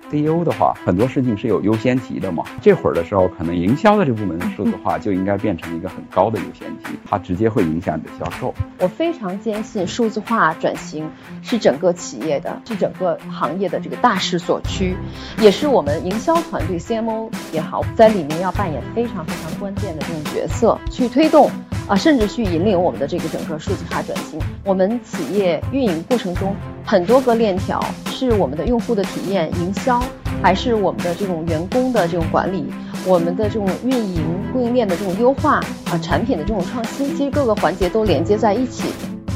CEO 的话，很多事情是有优先级的嘛。这会儿的时候，可能营销的这部门的数字化就应该变成一个很高的优先级，它直接会影响你的销售。 我非常坚信数字化转型是整个企业的，是整个行业的这个大势所趋，也是我们营销团队 CMO 也好，在里面要扮演非常非常关键的这种角色，去推动甚至去引领我们的这个整个数字化转型。我们企业运营过程中很多个链条，是我们的用户的体验、营销，还是我们的这种员工的这种管理，我们的这种运营、供应链的这种优化产品的这种创新，其实各个环节都连接在一起。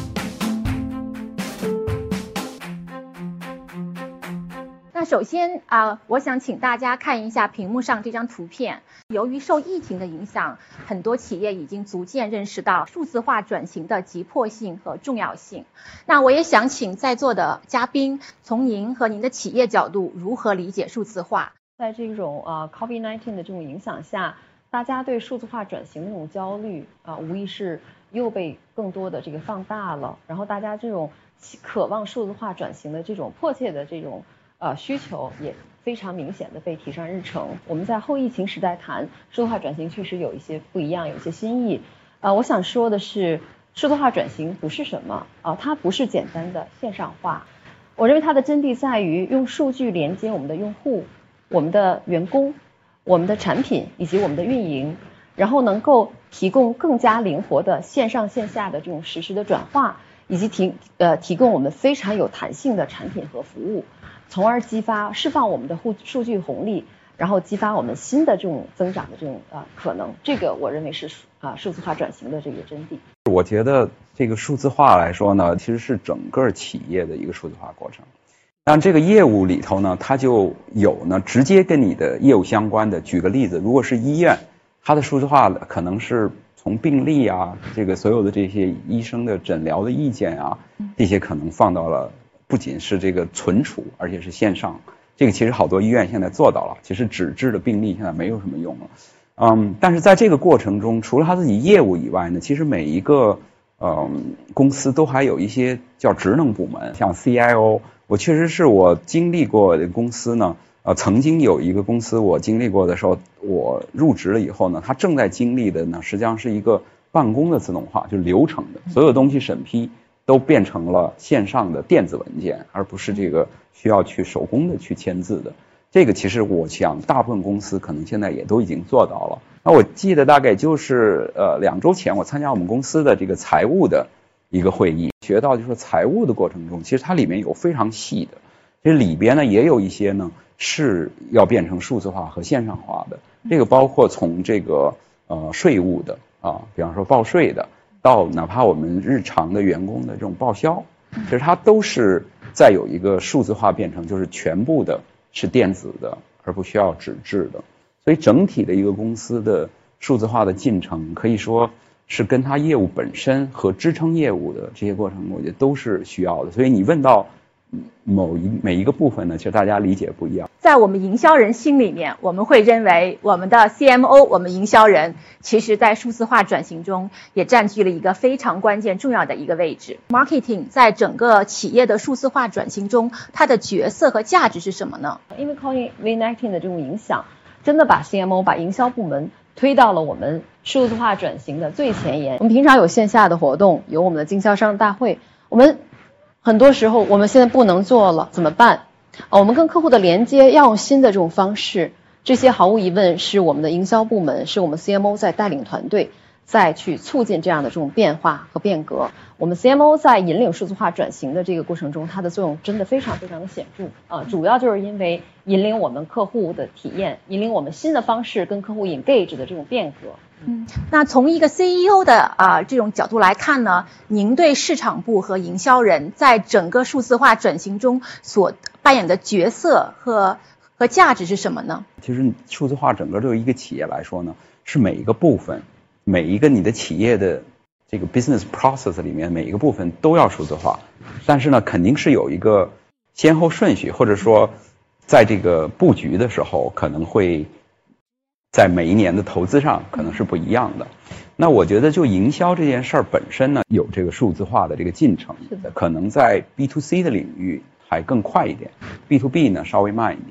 那首先我想请大家看一下屏幕上这张图片。由于受疫情的影响，很多企业已经逐渐认识到数字化转型的急迫性和重要性。那我也想请在座的嘉宾，从您和您的企业角度，如何理解数字化？ 在这种COVID-19 的这种影响下，大家对数字化转型的这种焦虑无疑是又被更多的这个放大了。然后大家这种渴望数字化转型的这种迫切的这种需求也非常明显的被提上日程。我们在后疫情时代谈数字化转型确实有一些不一样，有一些新意。我想说的是，数字化转型不是什么它不是简单的线上化。我认为它的真谛在于用数据连接我们的用户、我们的员工、我们的产品以及我们的运营，然后能够提供更加灵活的线上线下的这种实时的转化，以及提供我们非常有弹性的产品和服务，从而释放我们的数据红利，然后激发我们新的这种增长的这种可能。这个我认为是数字化转型的这个真谛。 我觉得这个数字化来说呢，其实是整个企业的一个数字化过程。但这个业务里头呢，它就有呢直接跟你的业务相关的。举个例子，如果是医院，它的数字化可能是从病历这个所有的这些医生的诊疗的意见这些可能放到了不仅是这个存储，而且是线上。这个其实好多医院现在做到了，其实纸质的病历现在没有什么用了。但是在这个过程中，除了他自己业务以外呢，其实每一个公司都还有一些叫职能部门，像 CIO。我确实是我经历过的公司呢，曾经有一个公司我经历过的时候，我入职了以后呢，它正在经历的呢，实际上是一个办公的自动化，就是流程的，所有东西审批都变成了线上的电子文件，而不是这个需要去手工的去签字的。这个其实我想大部分公司可能现在也都已经做到了。那我记得大概就是2周前我参加我们公司的这个财务的一个会议，学到就是说财务的过程中，其实它里面有非常细的，其实里边呢也有一些呢是要变成数字化和线上化的。这个包括从这个税务的比方说报税的，到哪怕我们日常的员工的这种报销，其实它都是在有一个数字化变成，就是全部的是电子的，而不需要纸质的。所以整体的一个公司的数字化的进程，可以说是跟它业务本身和支撑业务的这些过程，我觉得都是需要的。所以你问到每一个部分呢，其实大家理解不一样。 在我们营销人心里面，我们会认为我们的 CMO， 我们营销人，其实在数字化转型中也占据了一个非常关键重要的一个位置。Marketing 在整个企业的数字化转型中，它的角色和价值是什么呢？ 因为 COVID-19 的这种影响，真的把 CMO 把营销部门推到了我们数字化转型的最前沿。我们平常有线下的活动，有我们的经销商大会，我们很多时候我们现在不能做了，怎么办？我们跟客户的连接要用新的这种方式，这些毫无疑问是我们的营销部门，是我们 CMO 在带领团队再去促进这样的这种变化和变革。我们 CMO 在引领数字化转型的这个过程中，它的作用真的非常非常的显著主要就是因为引领我们客户的体验，引领我们新的方式跟客户 engage 的这种变革。 那从一个 CEO 的这种角度来看呢，您对市场部和营销人在整个数字化转型中所扮演的角色和价值是什么呢？ 其实数字化整个对于一个企业来说呢，是每一个部分，每一个你的企业的这个 business process 里面每一个部分都要数字化，但是呢，肯定是有一个先后顺序，或者说在这个布局的时候可能会在每一年的投资上可能是不一样的。那我觉得就营销这件事儿本身呢，有这个数字化的这个进程，可能在 B2C 的领域还更快一点， B2B 呢稍微慢一点。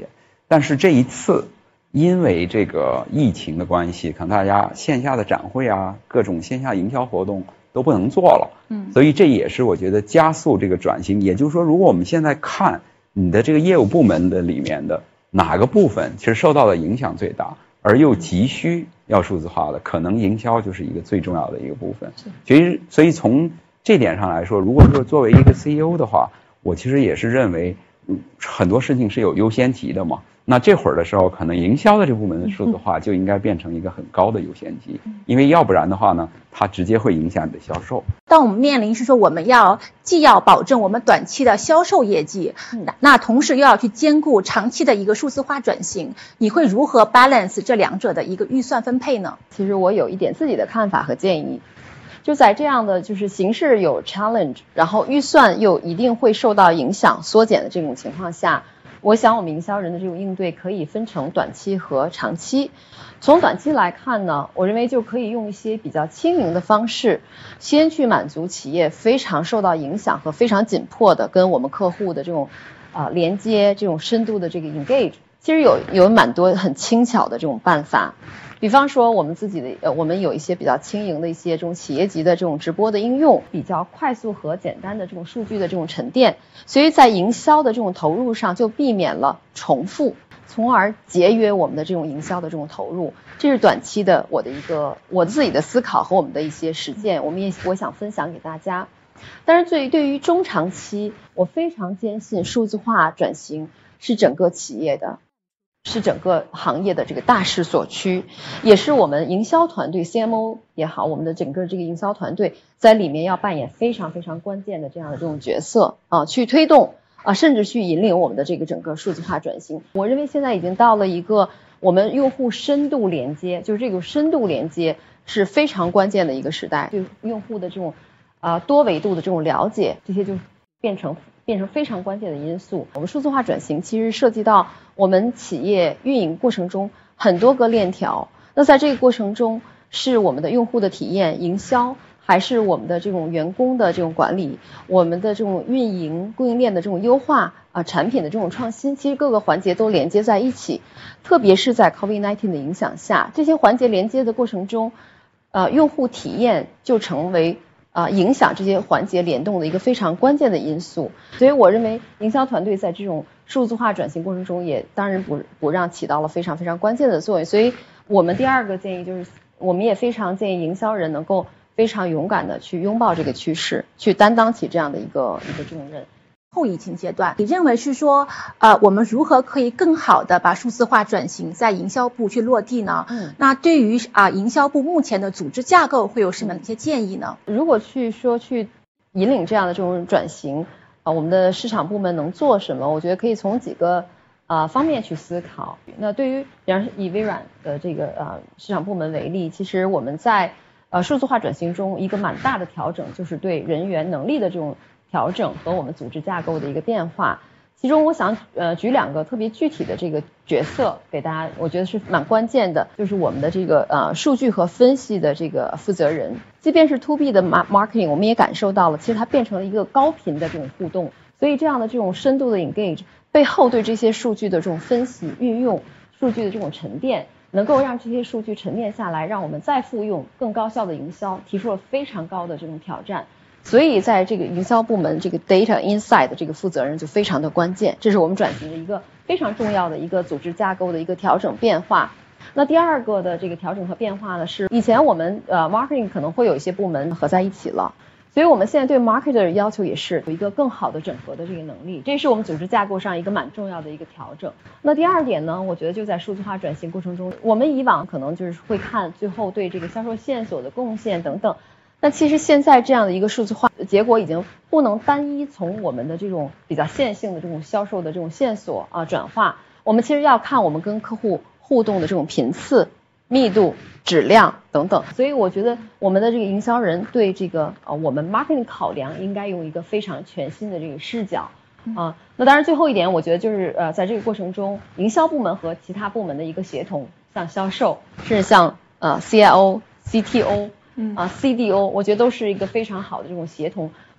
但是这一次因为这个疫情的关系，可能大家线下的展会啊，各种线下营销活动都不能做了，所以这也是我觉得加速这个转型。也就是说，如果我们现在看你的这个业务部门的里面的哪个部分其实受到的影响最大，而又急需要数字化的，可能营销就是一个最重要的一个部分。所以从这点上来说，如果说作为一个 CEO 的话，我其实也是认为很多事情是有优先级的嘛。那这会儿的时候，可能营销的这部门的数字化就应该变成一个很高的优先级，因为要不然的话呢，它直接会影响你的销售。 当我们面临是说我们既要保证我们短期的销售业绩，那同时又要去兼顾长期的一个数字化转型，你会如何 balance 这两者的一个预算分配呢？ 其实我有一点自己的看法和建议，就在这样的就是形势有 challenge， 然后预算又一定会受到影响缩减的这种情况下，我想我们营销人的这种应对可以分成短期和长期。从短期来看呢，我认为就可以用一些比较轻盈的方式，先去满足企业非常受到影响和非常紧迫的跟我们客户的这种连接，这种深度的这个 engage。其实有蛮多很轻巧的这种办法。比方说我们自己的我们有一些比较轻盈的一些这种企业级的这种直播的应用，比较快速和简单的这种数据的这种沉淀，所以在营销的这种投入上就避免了重复，从而节约我们的这种营销的这种投入。这是短期的我自己的思考和我们的一些实践，我想分享给大家。但是对于中长期，我非常坚信数字化转型是整个企业的，是整个行业的这个大势所趋，也是我们营销团队 CMO 也好，我们的整个这个营销团队在里面要扮演非常非常关键的这样的这种角色去推动甚至去引领我们的这个整个数字化转型。我认为现在已经到了一个我们用户深度连接，就是这个深度连接是非常关键的一个时代，对用户的这种多维度的这种了解，这些就变成非常关键的因素。我们数字化转型其实涉及到我们企业运营过程中很多个链条，那在这个过程中是我们的用户的体验、营销，还是我们的这种员工的这种管理，我们的这种运营、供应链的这种优化产品的这种创新，其实各个环节都连接在一起。特别是在 COVID-19 的影响下，这些环节连接的过程中用户体验就成为影响这些环节联动的一个非常关键的因素。所以我认为营销团队在这种数字化转型过程中也当然不让起到了非常非常关键的作用。所以我们第二个建议就是，我们也非常建议营销人能够非常勇敢的去拥抱这个趋势，去担当起这样的一个重任。 后疫情阶段，你认为是说我们如何可以更好的把数字化转型在营销部去落地呢？那对于营销部目前的组织架构会有什么样的一些建议呢？ 如果去引领这样的这种转型我们的市场部门能做什么？我觉得可以从几个方面去思考。那对于比方说以微软的这个市场部门为例，其实我们在数字化转型中一个蛮大的调整，就是对人员能力的这种调整和我们组织架构的一个变化。其中我想举两个特别具体的这个角色给大家，我觉得是蛮关键的，就是我们的这个数据和分析的这个负责人。即便是 to B 的 marketing， 我们也感受到了，其实它变成了一个高频的这种互动，所以这样的这种深度的 engage 背后对这些数据的这种分析运用，数据的这种沉淀，能够让这些数据沉淀下来，让我们再复用更高效的营销，提出了非常高的这种挑战。所以在这个营销部门，这个 data insight 的这个负责人就非常的关键，这是我们转型的一个非常重要的一个组织架构的一个调整变化。那第二个的这个调整和变化呢，是以前我们marketing 可能会有一些部门合在一起了，所以我们现在对 marketer 的要求也是有一个更好的整合的这个能力，这是我们组织架构上一个蛮重要的一个调整。那第二点呢，我觉得就在数字化转型过程中，我们以往可能就是会看最后对这个销售线索的贡献等等，那其实现在这样的一个数字化结果已经不能单一从我们的这种比较线性的这种销售的这种线索转化，我们其实要看我们跟客户互动的这种频次、密度、质量等等。所以我觉得我们的这个营销人对这个我们 marketing 考量应该用一个非常全新的这个视角那当然最后一点，我觉得就是在这个过程中，营销部门和其他部门的一个协同，像销售，甚至像CIO、CTO CDO， 我觉得都是一个非常好的这种协同，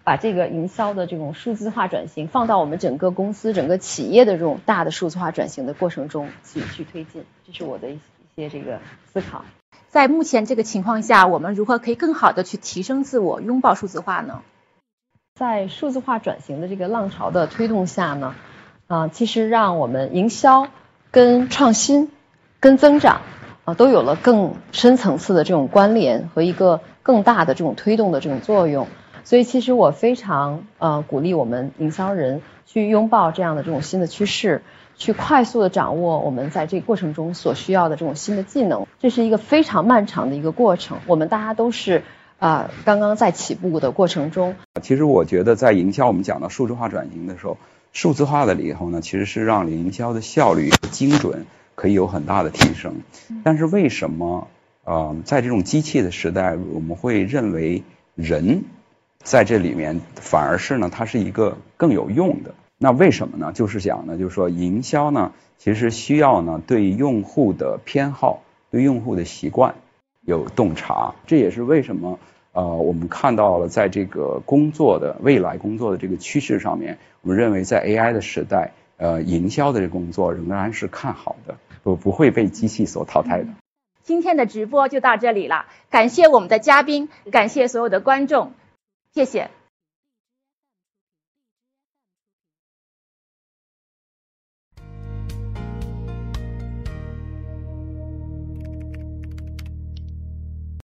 把这个营销的这种数字化转型放到我们整个公司、整个企业的这种大的数字化转型的过程中去推进，这是我的一些这个思考。 在目前这个情况下，我们如何可以更好的去提升自我，拥抱数字化呢？ 在数字化转型的这个浪潮的推动下呢，其实让我们营销跟创新跟增长都有了更深层次的这种关联和一个更大的这种推动的这种作用。所以其实我非常鼓励我们营销人去拥抱这样的这种新的趋势，去快速的掌握我们在这个过程中所需要的这种新的技能。这是一个非常漫长的一个过程，我们大家都是刚刚在起步的过程中。 其实我觉得在营销我们讲到数字化转型的时候，数字化的里头呢，其实是让营销的效率和精准可以有很大的提升。但是为什么在这种机器的时代，我们会认为人在这里面反而是呢，它是一个更有用的？那为什么呢？就是讲呢，就是说营销呢，其实需要呢对用户的偏好、对用户的习惯有洞察。这也是为什么我们看到了在这个未来工作的这个趋势上面，我们认为在 AI 的时代，营销的这个工作仍然是看好的，不会被机器所淘汰的。 今天的直播就到这里了，感谢我们的嘉宾，感谢所有的观众，谢谢。